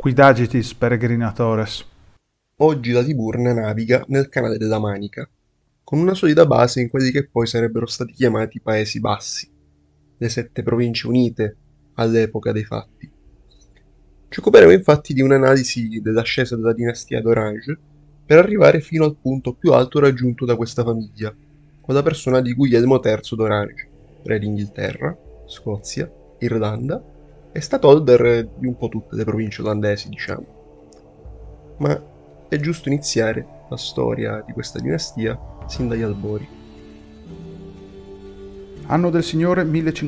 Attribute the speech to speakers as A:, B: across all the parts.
A: Quid agitis, peregrinatores.
B: Oggi la Tiburnia naviga nel Canale della Manica, con una solida base in quelli che poi sarebbero stati chiamati Paesi Bassi, le 7 province unite all'epoca dei fatti. Ci occuperemo infatti di un'analisi dell'ascesa della dinastia d'Orange per arrivare fino al punto più alto raggiunto da questa famiglia, con la persona di Guglielmo III d'Orange, re d'Inghilterra, Scozia, Irlanda e stateholder di un po' tutte le province olandesi, diciamo. Ma è giusto iniziare la storia di questa dinastia sin dagli albori.
A: Anno del Signore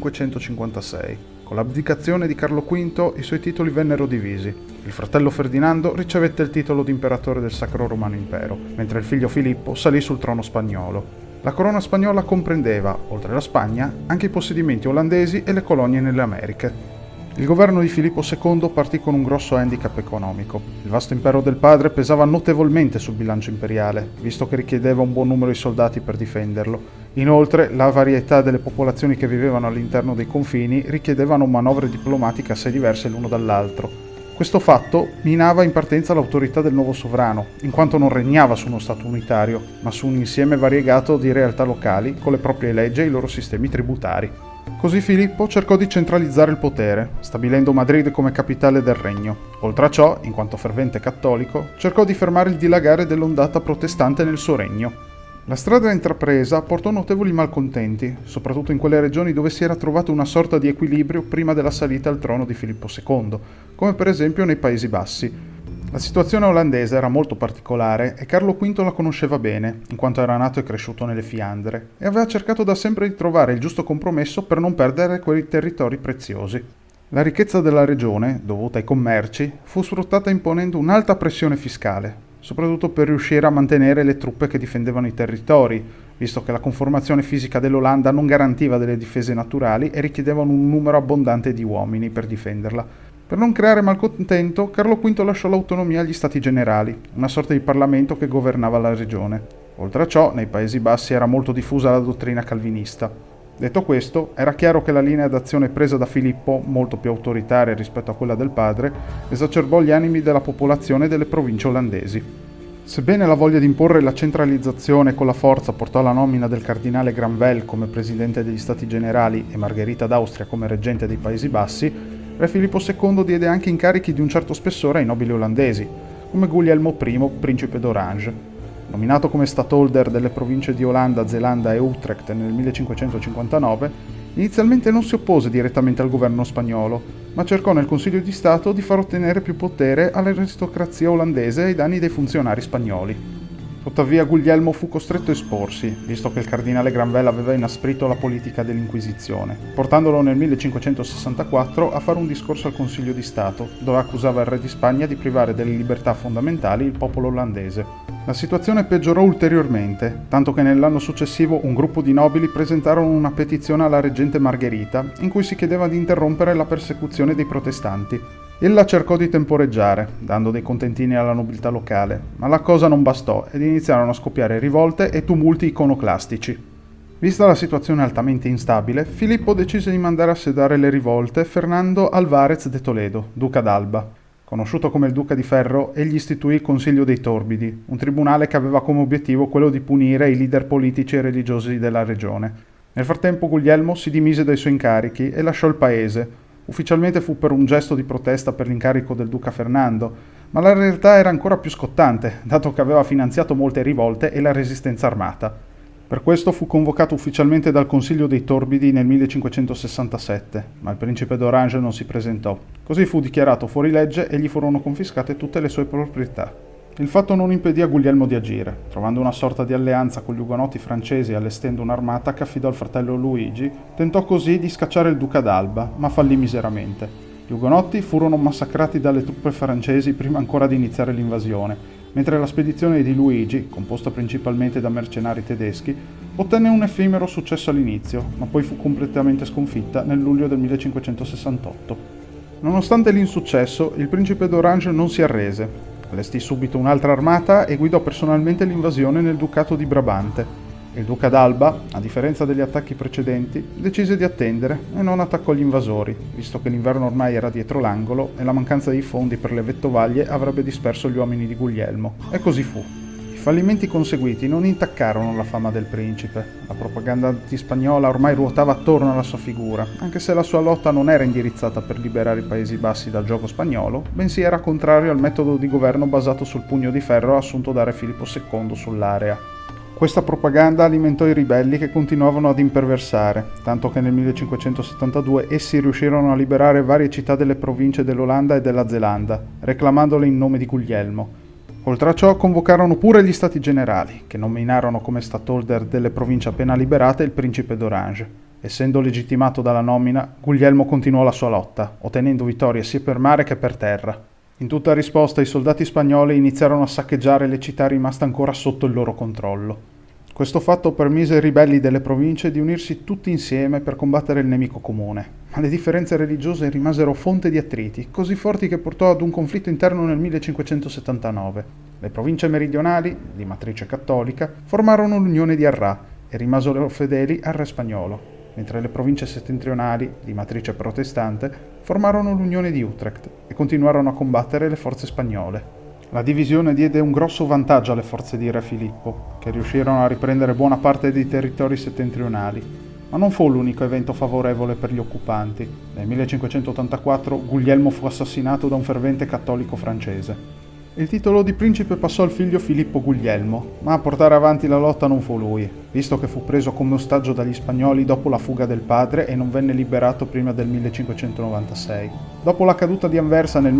A: 1556. Con l'abdicazione di Carlo V i suoi titoli vennero divisi. Il fratello Ferdinando ricevette il titolo di imperatore del Sacro Romano Impero, mentre il figlio Filippo salì sul trono spagnolo. La corona spagnola comprendeva, oltre la Spagna, anche i possedimenti olandesi e le colonie nelle Americhe. Il governo di Filippo II partì con un grosso handicap economico. Il vasto impero del padre pesava notevolmente sul bilancio imperiale, visto che richiedeva un buon numero di soldati per difenderlo. Inoltre, la varietà delle popolazioni che vivevano all'interno dei confini richiedevano manovre diplomatiche assai diverse l'uno dall'altro. Questo fatto minava in partenza l'autorità del nuovo sovrano, in quanto non regnava su uno Stato unitario, ma su un insieme variegato di realtà locali con le proprie leggi e i loro sistemi tributari. Così Filippo cercò di centralizzare il potere, stabilendo Madrid come capitale del regno. Oltre a ciò, in quanto fervente cattolico, cercò di fermare il dilagare dell'ondata protestante nel suo regno. La strada intrapresa portò notevoli malcontenti, soprattutto in quelle regioni dove si era trovato una sorta di equilibrio prima della salita al trono di Filippo II, come per esempio nei Paesi Bassi. La situazione olandese era molto particolare e Carlo V la conosceva bene, in quanto era nato e cresciuto nelle Fiandre, e aveva cercato da sempre di trovare il giusto compromesso per non perdere quei territori preziosi. La ricchezza della regione, dovuta ai commerci, fu sfruttata imponendo un'alta pressione fiscale, soprattutto per riuscire a mantenere le truppe che difendevano i territori, visto che la conformazione fisica dell'Olanda non garantiva delle difese naturali e richiedevano un numero abbondante di uomini per difenderla. Per non creare malcontento, Carlo V lasciò l'autonomia agli Stati Generali, una sorta di Parlamento che governava la regione. Oltre a ciò, nei Paesi Bassi era molto diffusa la dottrina calvinista. Detto questo, era chiaro che la linea d'azione presa da Filippo, molto più autoritaria rispetto a quella del padre, esacerbò gli animi della popolazione delle province olandesi. Sebbene la voglia di imporre la centralizzazione con la forza portò alla nomina del cardinale Granvelle come presidente degli Stati Generali e Margherita d'Austria come reggente dei Paesi Bassi, Re Filippo II diede anche incarichi di un certo spessore ai nobili olandesi, come Guglielmo I, principe d'Orange. Nominato come stateholder delle province di Olanda, Zelanda e Utrecht nel 1559, inizialmente non si oppose direttamente al governo spagnolo, ma cercò nel Consiglio di Stato di far ottenere più potere all'aristocrazia olandese ai danni dei funzionari spagnoli. Tuttavia Guglielmo fu costretto a esporsi, visto che il cardinale Granvelle aveva inasprito la politica dell'Inquisizione, portandolo nel 1564 a fare un discorso al Consiglio di Stato, dove accusava il re di Spagna di privare delle libertà fondamentali il popolo olandese. La situazione peggiorò ulteriormente, tanto che nell'anno successivo un gruppo di nobili presentarono una petizione alla reggente Margherita in cui si chiedeva di interrompere la persecuzione dei protestanti. Ella cercò di temporeggiare, dando dei contentini alla nobiltà locale, ma la cosa non bastò ed iniziarono a scoppiare rivolte e tumulti iconoclastici. Vista la situazione altamente instabile, Filippo decise di mandare a sedare le rivolte Fernando Alvarez de Toledo, duca d'Alba. Conosciuto come il Duca di Ferro, egli istituì il Consiglio dei Torbidi, un tribunale che aveva come obiettivo quello di punire i leader politici e religiosi della regione. Nel frattempo Guglielmo si dimise dai suoi incarichi e lasciò il paese. Ufficialmente fu per un gesto di protesta per l'incarico del duca Fernando, ma la realtà era ancora più scottante, dato che aveva finanziato molte rivolte e la resistenza armata. Per questo fu convocato ufficialmente dal Consiglio dei Torbidi nel 1567, ma il principe d'Orange non si presentò. Così fu dichiarato fuori legge e gli furono confiscate tutte le sue proprietà. Il fatto non impedì a Guglielmo di agire, trovando una sorta di alleanza con gli ugonotti francesi e allestendo un'armata che affidò al fratello Luigi, tentò così di scacciare il duca d'Alba, ma fallì miseramente. Gli ugonotti furono massacrati dalle truppe francesi prima ancora di iniziare l'invasione, mentre la spedizione di Luigi, composta principalmente da mercenari tedeschi, ottenne un effimero successo all'inizio, ma poi fu completamente sconfitta nel luglio del 1568. Nonostante l'insuccesso, il principe d'Orange non si arrese. Allestì subito un'altra armata e guidò personalmente l'invasione nel ducato di Brabante. Il duca d'Alba, a differenza degli attacchi precedenti, decise di attendere e non attaccò gli invasori, visto che l'inverno ormai era dietro l'angolo e la mancanza di fondi per le vettovaglie avrebbe disperso gli uomini di Guglielmo. E così fu. I fallimenti conseguiti non intaccarono la fama del principe. La propaganda antispagnola ormai ruotava attorno alla sua figura, anche se la sua lotta non era indirizzata per liberare i Paesi Bassi dal giogo spagnolo, bensì era contrario al metodo di governo basato sul pugno di ferro assunto da re Filippo II sull'area. Questa propaganda alimentò i ribelli che continuavano ad imperversare, tanto che nel 1572 essi riuscirono a liberare varie città delle province dell'Olanda e della Zelanda, reclamandole in nome di Guglielmo. Oltre a ciò convocarono pure gli stati generali, che nominarono come stattholder delle province appena liberate il principe d'Orange. Essendo legittimato dalla nomina, Guglielmo continuò la sua lotta, ottenendo vittorie sia per mare che per terra. In tutta risposta i soldati spagnoli iniziarono a saccheggiare le città rimaste ancora sotto il loro controllo. Questo fatto permise ai ribelli delle province di unirsi tutti insieme per combattere il nemico comune, ma le differenze religiose rimasero fonte di attriti, così forti che portò ad un conflitto interno nel 1579. Le province meridionali, di matrice cattolica, formarono l'Unione di Arrà e rimasero fedeli al re spagnolo, mentre le province settentrionali, di matrice protestante, formarono l'Unione di Utrecht e continuarono a combattere le forze spagnole. La divisione diede un grosso vantaggio alle forze di re Filippo, che riuscirono a riprendere buona parte dei territori settentrionali, ma non fu l'unico evento favorevole per gli occupanti. Nel 1584 Guglielmo fu assassinato da un fervente cattolico francese. Il titolo di principe passò al figlio Filippo Guglielmo, ma a portare avanti la lotta non fu lui, visto che fu preso come ostaggio dagli spagnoli dopo la fuga del padre e non venne liberato prima del 1596. Dopo la caduta di Anversa nel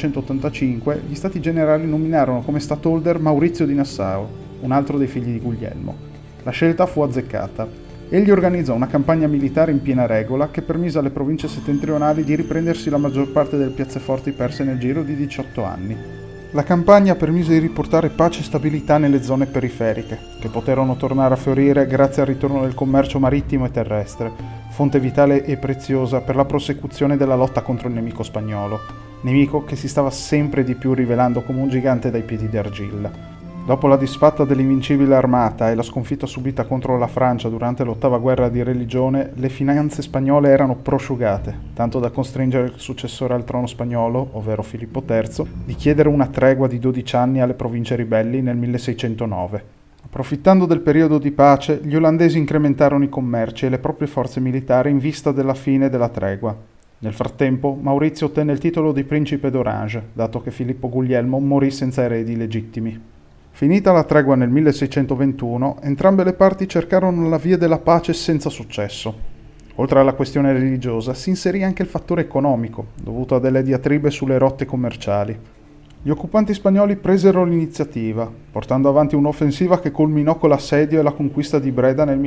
A: 1585, gli stati generali nominarono come stattholder Maurizio di Nassau, un altro dei figli di Guglielmo. La scelta fu azzeccata. Egli organizzò una campagna militare in piena regola che permise alle province settentrionali di riprendersi la maggior parte delle piazzeforti perse nel giro di 18 anni. La campagna permise di riportare pace e stabilità nelle zone periferiche, che poterono tornare a fiorire grazie al ritorno del commercio marittimo e terrestre, fonte vitale e preziosa per la prosecuzione della lotta contro il nemico spagnolo, nemico che si stava sempre di più rivelando come un gigante dai piedi d'argilla. Dopo la disfatta dell'invincibile armata e la sconfitta subita contro la Francia durante l'ottava guerra di religione, le finanze spagnole erano prosciugate, tanto da costringere il successore al trono spagnolo, ovvero Filippo III, di chiedere una tregua di 12 anni alle province ribelli nel 1609. Approfittando del periodo di pace, gli olandesi incrementarono i commerci e le proprie forze militari in vista della fine della tregua. Nel frattempo, Maurizio ottenne il titolo di principe d'Orange, dato che Filippo Guglielmo morì senza eredi legittimi. Finita la tregua nel 1621, entrambe le parti cercarono la via della pace senza successo. Oltre alla questione religiosa, si inserì anche il fattore economico, dovuto a delle diatribe sulle rotte commerciali. Gli occupanti spagnoli presero l'iniziativa, portando avanti un'offensiva che culminò con l'assedio e la conquista di Breda nel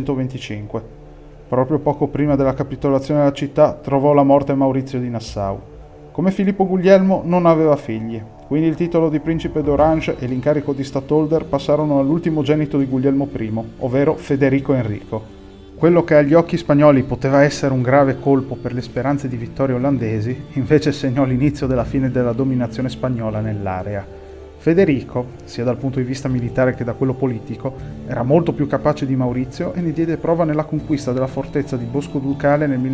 A: 1625. Proprio poco prima della capitolazione della città trovò la morte Maurizio di Nassau. Come Filippo Guglielmo non aveva figli, quindi il titolo di principe d'Orange e l'incarico di stattholder passarono all'ultimogenito di Guglielmo I, ovvero Federico Enrico. Quello che agli occhi spagnoli poteva essere un grave colpo per le speranze di vittorie olandesi, invece segnò l'inizio della fine della dominazione spagnola nell'area. Federico, sia dal punto di vista militare che da quello politico, era molto più capace di Maurizio e ne diede prova nella conquista della fortezza di Bosco Ducale nel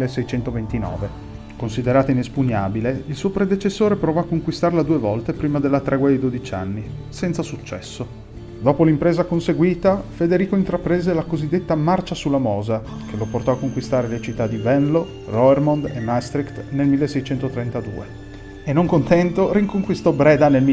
A: 1629. Considerata inespugnabile, il suo predecessore provò a conquistarla 2 volte prima della tregua dei 12 anni, senza successo. Dopo l'impresa conseguita, Federico intraprese la cosiddetta Marcia sulla Mosa, che lo portò a conquistare le città di Venlo, Roermond e Maastricht nel 1632. E non contento, riconquistò Breda nel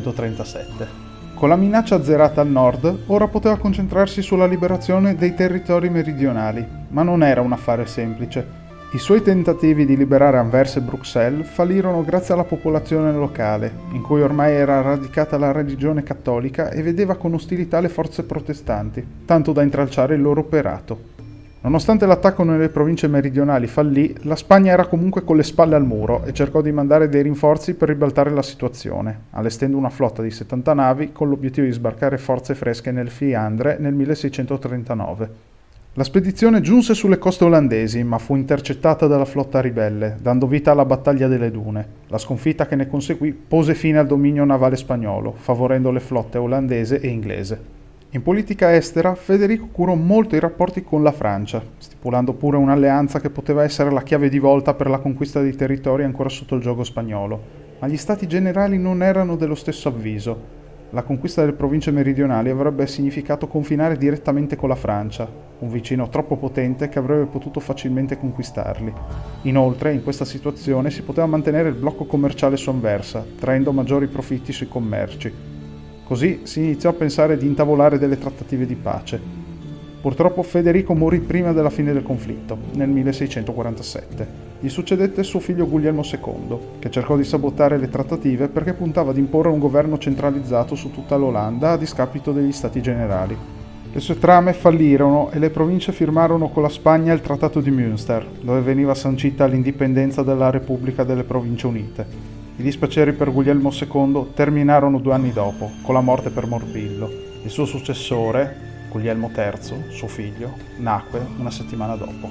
A: 1637. Con la minaccia azzerata al nord, ora poteva concentrarsi sulla liberazione dei territori meridionali, ma non era un affare semplice. I suoi tentativi di liberare Anversa e Bruxelles fallirono grazie alla popolazione locale, in cui ormai era radicata la religione cattolica e vedeva con ostilità le forze protestanti, tanto da intralciare il loro operato. Nonostante l'attacco nelle province meridionali fallì, la Spagna era comunque con le spalle al muro e cercò di mandare dei rinforzi per ribaltare la situazione, allestendo una flotta di 70 navi con l'obiettivo di sbarcare forze fresche nel Fiandre nel 1639. La spedizione giunse sulle coste olandesi, ma fu intercettata dalla flotta ribelle, dando vita alla battaglia delle Dune. La sconfitta che ne conseguì pose fine al dominio navale spagnolo, favorendo le flotte olandese e inglese. In politica estera, Federico curò molto i rapporti con la Francia, stipulando pure un'alleanza che poteva essere la chiave di volta per la conquista dei territori ancora sotto il giogo spagnolo. Ma gli stati generali non erano dello stesso avviso. La conquista delle province meridionali avrebbe significato confinare direttamente con la Francia, un vicino troppo potente che avrebbe potuto facilmente conquistarli. Inoltre, in questa situazione si poteva mantenere il blocco commerciale su Anversa, traendo maggiori profitti sui commerci. Così si iniziò a pensare di intavolare delle trattative di pace. Purtroppo Federico morì prima della fine del conflitto, nel 1647. Gli succedette suo figlio Guglielmo II, che cercò di sabotare le trattative perché puntava ad imporre un governo centralizzato su tutta l'Olanda a discapito degli Stati Generali. Le sue trame fallirono e le province firmarono con la Spagna il Trattato di Münster, dove veniva sancita l'indipendenza della Repubblica delle Province Unite. I dispiaceri per Guglielmo II terminarono 2 anni dopo, con la morte per morbillo. Il suo successore, Guglielmo III, suo figlio, nacque una settimana dopo.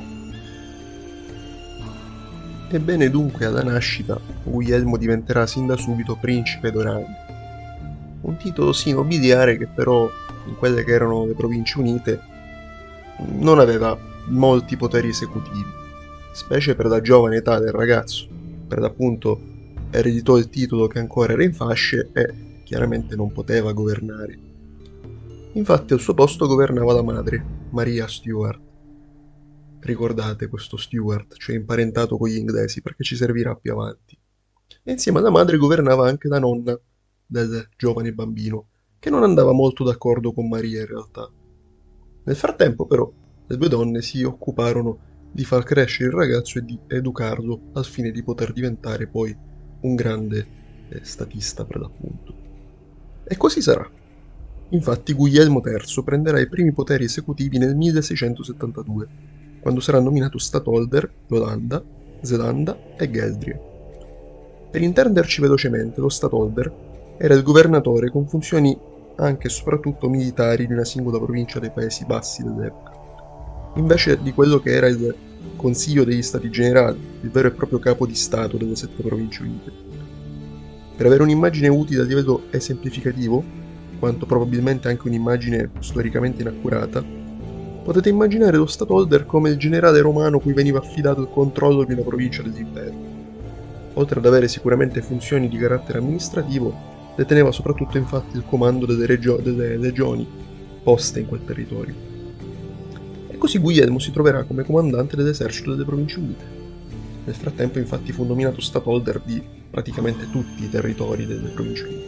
B: Ebbene dunque alla nascita Guglielmo diventerà sin da subito principe d'Orange, un titolo sì nobiliare che però in quelle che erano le Province Unite non aveva molti poteri esecutivi, specie per la giovane età del ragazzo. Per l'appunto ereditò il titolo che ancora era in fasce e chiaramente non poteva governare. Infatti al suo posto governava la madre, Maria Stuart. Ricordate questo Stuart, cioè imparentato con gli inglesi, perché ci servirà più avanti. E insieme alla madre governava anche la nonna del giovane bambino, che non andava molto d'accordo con Maria in realtà. Nel frattempo però le due donne si occuparono di far crescere il ragazzo e di educarlo al fine di poter diventare poi un grande statista per l'appunto. E così sarà. Infatti Guglielmo III prenderà i primi poteri esecutivi nel 1672, quando sarà nominato Stadtholder d'Olanda, Zelanda e Geldria. Per intenderci velocemente, lo Stadtholder era il governatore con funzioni anche e soprattutto militari di una singola provincia dei Paesi Bassi dell'epoca, invece di quello che era il Consiglio degli Stati Generali, il vero e proprio capo di Stato delle 7 Province Unite. Per avere un'immagine utile a livello esemplificativo, quanto probabilmente anche un'immagine storicamente inaccurata, potete immaginare lo Stadtholder come il generale romano cui veniva affidato il controllo di una provincia dell'impero. Oltre ad avere sicuramente funzioni di carattere amministrativo, deteneva soprattutto infatti il comando delle legioni poste in quel territorio. Così Guglielmo si troverà come comandante dell'esercito delle Province Unite. Nel frattempo infatti fu nominato Stadtholder di praticamente tutti i territori delle Province Unite.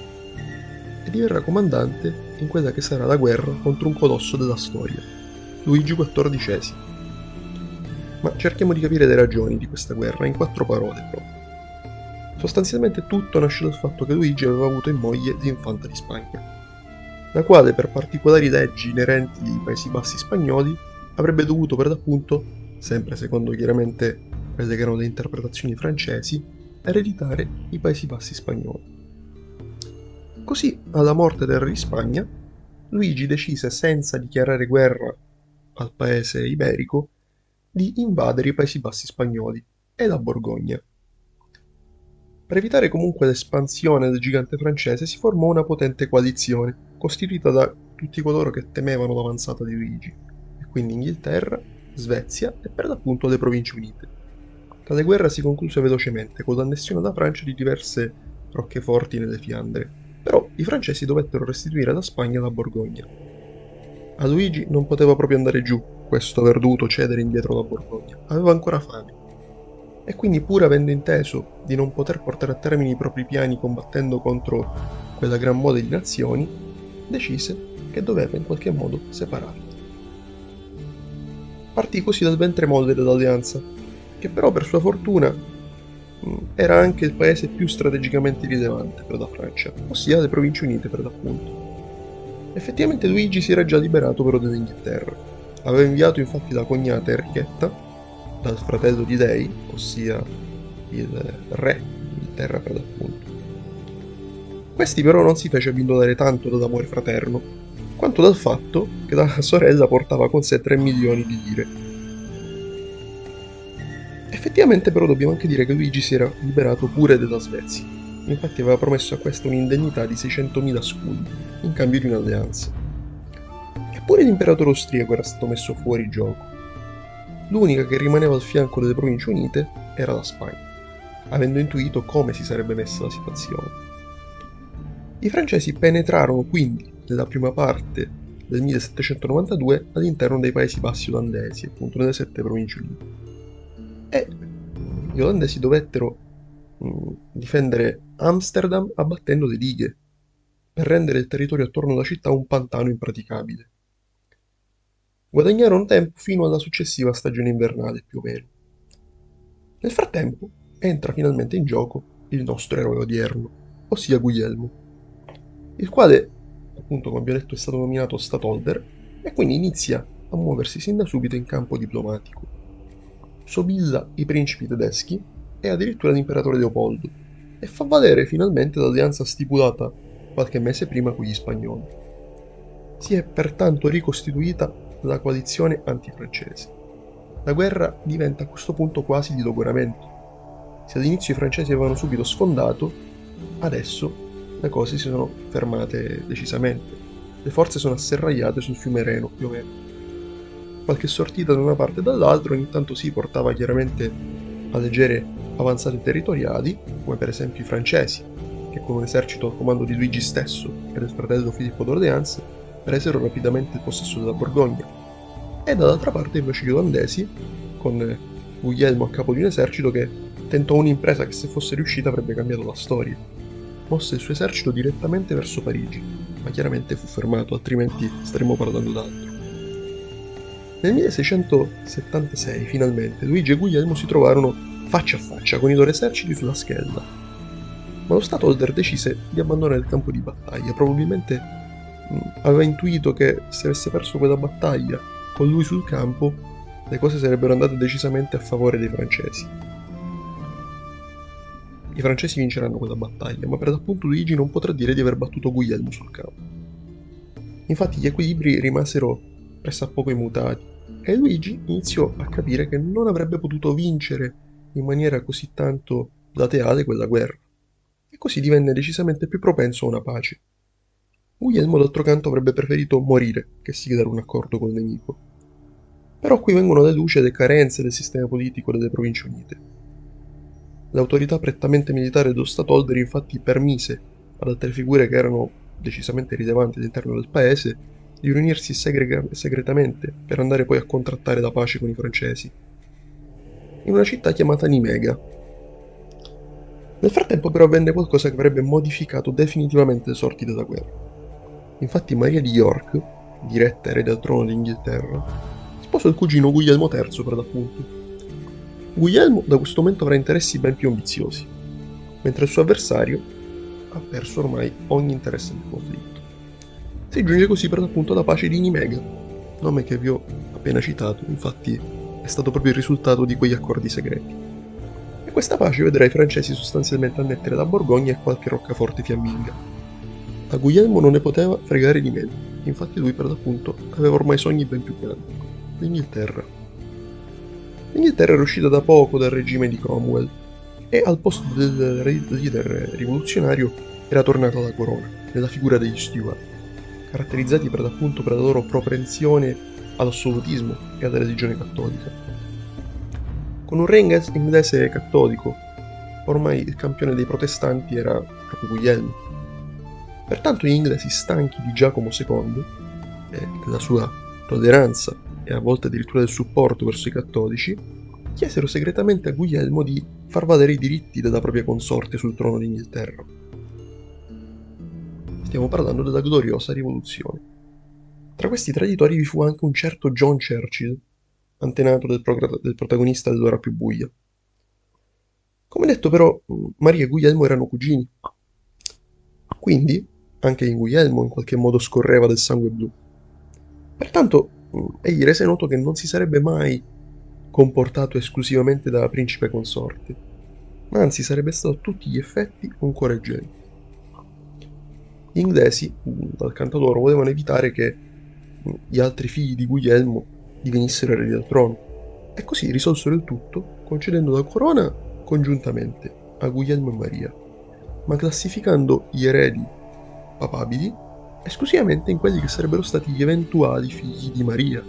B: E diverrà comandante in quella che sarà la guerra contro un colosso della storia, Luigi XIV. Ma cerchiamo di capire le ragioni di questa guerra in 4 parole proprio. Sostanzialmente tutto nasce dal fatto che Luigi aveva avuto in moglie l'infanta di Spagna, la quale per particolari leggi inerenti ai Paesi Bassi spagnoli avrebbe dovuto per l'appunto, sempre secondo chiaramente quelle che erano le interpretazioni francesi, ereditare i Paesi Bassi spagnoli. Così, alla morte del re di Spagna, Luigi decise, senza dichiarare guerra al paese iberico, di invadere i Paesi Bassi spagnoli e la Borgogna. Per evitare comunque l'espansione del gigante francese si formò una potente coalizione, costituita da tutti coloro che temevano l'avanzata di Luigi, e quindi Inghilterra, Svezia e per l'appunto le Province Unite. Tale guerra si concluse velocemente con l'annessione alla Francia di diverse roccheforti nelle Fiandre, però i francesi dovettero restituire alla Spagna la Borgogna. A Luigi non poteva proprio andare giù questo aver dovuto cedere indietro la Borgogna, aveva ancora fame. E quindi, pur avendo inteso di non poter portare a termine i propri piani combattendo contro quella gran mole di nazioni, decise che doveva in qualche modo separarli. Partì così dal ventre molle dell'alleanza, che però per sua fortuna era anche il paese più strategicamente rilevante per la Francia, ossia le Province Unite per l'appunto. Effettivamente Luigi si era già liberato però dell'Inghilterra. Aveva inviato infatti la cognata Enrichetta dal fratello di lei, ossia il re d'Inghilterra per l'appunto. Questi però non si fece abbindolare tanto dall'amore fraterno, quanto dal fatto che la sorella portava con sé 3 milioni di lire. Effettivamente però dobbiamo anche dire che Luigi si era liberato pure della Svezia, infatti aveva promesso a questa un'indennità di 600.000 scudi, in cambio di un'alleanza. Pure l'imperatore austriaco era stato messo fuori gioco. L'unica che rimaneva al fianco delle Province Unite era la Spagna, avendo intuito come si sarebbe messa la situazione. I francesi penetrarono quindi nella prima parte del 1792 all'interno dei Paesi Bassi olandesi, appunto nelle 7 Province Unite. E gli olandesi dovettero difendere Amsterdam abbattendo le dighe, per rendere il territorio attorno alla città un pantano impraticabile. Guadagnarono tempo fino alla successiva stagione invernale, più o meno. Nel frattempo entra finalmente in gioco il nostro eroe odierno, ossia Guglielmo, il quale, appunto come abbiamo detto, è stato nominato Statthalter e quindi inizia a muoversi sin da subito in campo diplomatico. Sobilla i principi tedeschi e addirittura l'imperatore Leopoldo e fa valere finalmente l'alleanza stipulata qualche mese prima con gli spagnoli. Si è pertanto ricostituita la coalizione antifrancese. La guerra diventa a questo punto quasi di logoramento. Se all'inizio i francesi avevano subito sfondato, adesso le cose si sono fermate decisamente. Le forze sono asserragliate sul fiume Reno, più o meno. Qualche sortita da una parte e dall'altra ogni tanto si portava chiaramente a leggere avanzate territoriali, come per esempio i francesi, che con un esercito al comando di Luigi stesso e del fratello Filippo d'Orléans presero rapidamente il possesso della Borgogna, e dall'altra parte invece gli olandesi, con Guglielmo a capo di un esercito che tentò un'impresa che se fosse riuscita avrebbe cambiato la storia. Mosse il suo esercito direttamente verso Parigi, ma chiaramente fu fermato, altrimenti staremmo parlando d'altro. Nel 1676, finalmente, Luigi e Guglielmo si trovarono faccia a faccia con i loro eserciti sulla Schella, ma lo Statthalter decise di abbandonare il campo di battaglia. Probabilmente aveva intuito che se avesse perso quella battaglia con lui sul campo, le cose sarebbero andate decisamente a favore dei francesi. I francesi vinceranno quella battaglia, ma per l'appunto Luigi non potrà dire di aver battuto Guglielmo sul campo. Infatti gli equilibri rimasero pressappoco immutati e Luigi iniziò a capire che non avrebbe potuto vincere in maniera così tanto plateale quella guerra, e così divenne decisamente più propenso a una pace. Guglielmo d'altro canto avrebbe preferito morire che siglare un accordo col nemico. Però qui vengono alle luce le carenze del sistema politico delle Province Unite. L'autorità prettamente militare dello Statthalter infatti permise ad altre figure che erano decisamente rilevanti all'interno del paese di riunirsi segretamente per andare poi a contrattare la pace con i francesi, in una città chiamata Nimega. Nel frattempo però avvenne qualcosa che avrebbe modificato definitivamente le sorti della guerra. Infatti Maria di York, diretta erede al trono d'Inghilterra, sposò il cugino Guglielmo III per l'appunto. Guglielmo da questo momento avrà interessi ben più ambiziosi, mentre il suo avversario ha perso ormai ogni interesse nel conflitto. Si giunge così per l'appunto alla pace di Nimega, nome che vi ho appena citato, infatti è stato proprio il risultato di quegli accordi segreti. E questa pace vedrà i francesi sostanzialmente annettere la Borgogna e qualche roccaforte fiamminga. A Guglielmo non ne poteva fregare di meno, infatti lui per l'appunto aveva ormai sogni ben più grandi: l'Inghilterra. L'Inghilterra era uscita da poco dal regime di Cromwell e al posto del leader rivoluzionario era tornata la corona, nella figura degli Stuart, caratterizzati per l'appunto per la loro propensione all'assolutismo e alla religione cattolica. Con un re inglese cattolico, ormai il campione dei protestanti era proprio Guglielmo. Pertanto gli inglesi, stanchi di Giacomo II e della sua tolleranza e a volte addirittura del supporto verso i cattolici, chiesero segretamente a Guglielmo di far valere i diritti della propria consorte sul trono d'Inghilterra. Stiamo parlando della gloriosa rivoluzione. Tra questi traditori vi fu anche un certo John Churchill, antenato del protagonista dell'ora più buia. Come detto però, Maria e Guglielmo erano cugini, quindi anche in Guglielmo in qualche modo scorreva del sangue blu. Pertanto egli rese noto che non si sarebbe mai comportato esclusivamente da principe consorte, ma anzi sarebbe stato a tutti gli effetti un cuore gelide. Gli inglesi, dal canto loro, volevano evitare che gli altri figli di Guglielmo divenissero eredi al trono, e così risolsero il tutto concedendo la corona congiuntamente a Guglielmo e Maria, ma classificando gli eredi papabili esclusivamente in quelli che sarebbero stati gli eventuali figli di Maria.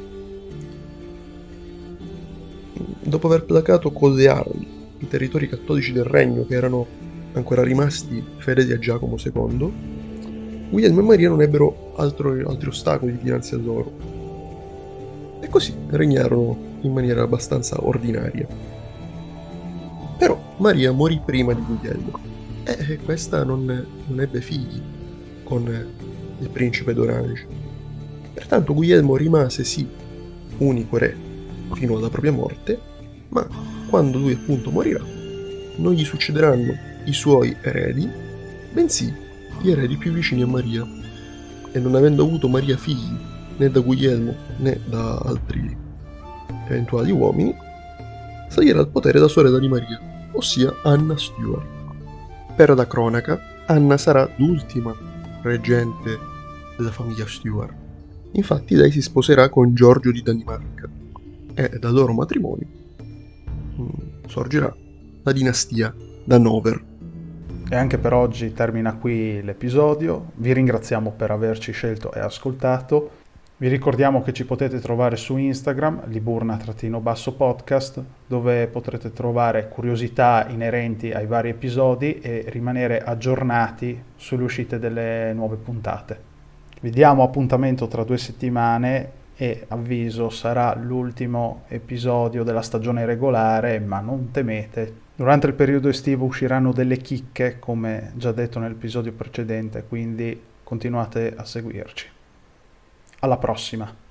B: Dopo aver placato con le armi i territori cattolici del regno che erano ancora rimasti fedeli a Giacomo II, Guglielmo e Maria non ebbero altri ostacoli dinanzi a loro. E così regnarono in maniera abbastanza ordinaria. Però Maria morì prima di Guglielmo e questa non ebbe figli con il principe d'Orange. Pertanto Guglielmo rimase sì unico re fino alla propria morte, ma quando lui appunto morirà non gli succederanno i suoi eredi, bensì gli eredi più vicini a Maria. E non avendo avuto Maria figli né da Guglielmo né da altri eventuali uomini, salirà al potere la sorella di Maria, ossia Anna Stuart. Per la cronaca, Anna sarà l'ultima reggente della famiglia Stuart. Infatti lei si sposerà con Giorgio di Danimarca e dal loro matrimonio sorgerà la dinastia Danover.
A: E anche per oggi termina qui l'episodio. Vi ringraziamo per averci scelto e ascoltato. Vi ricordiamo che ci potete trovare su Instagram, liburna_podcast, dove potrete trovare curiosità inerenti ai vari episodi e rimanere aggiornati sulle uscite delle nuove puntate. Vi diamo appuntamento tra 2 settimane e avviso, sarà l'ultimo episodio della stagione regolare, ma non temete. Durante il periodo estivo usciranno delle chicche, come già detto nell'episodio precedente, quindi continuate a seguirci. Alla prossima!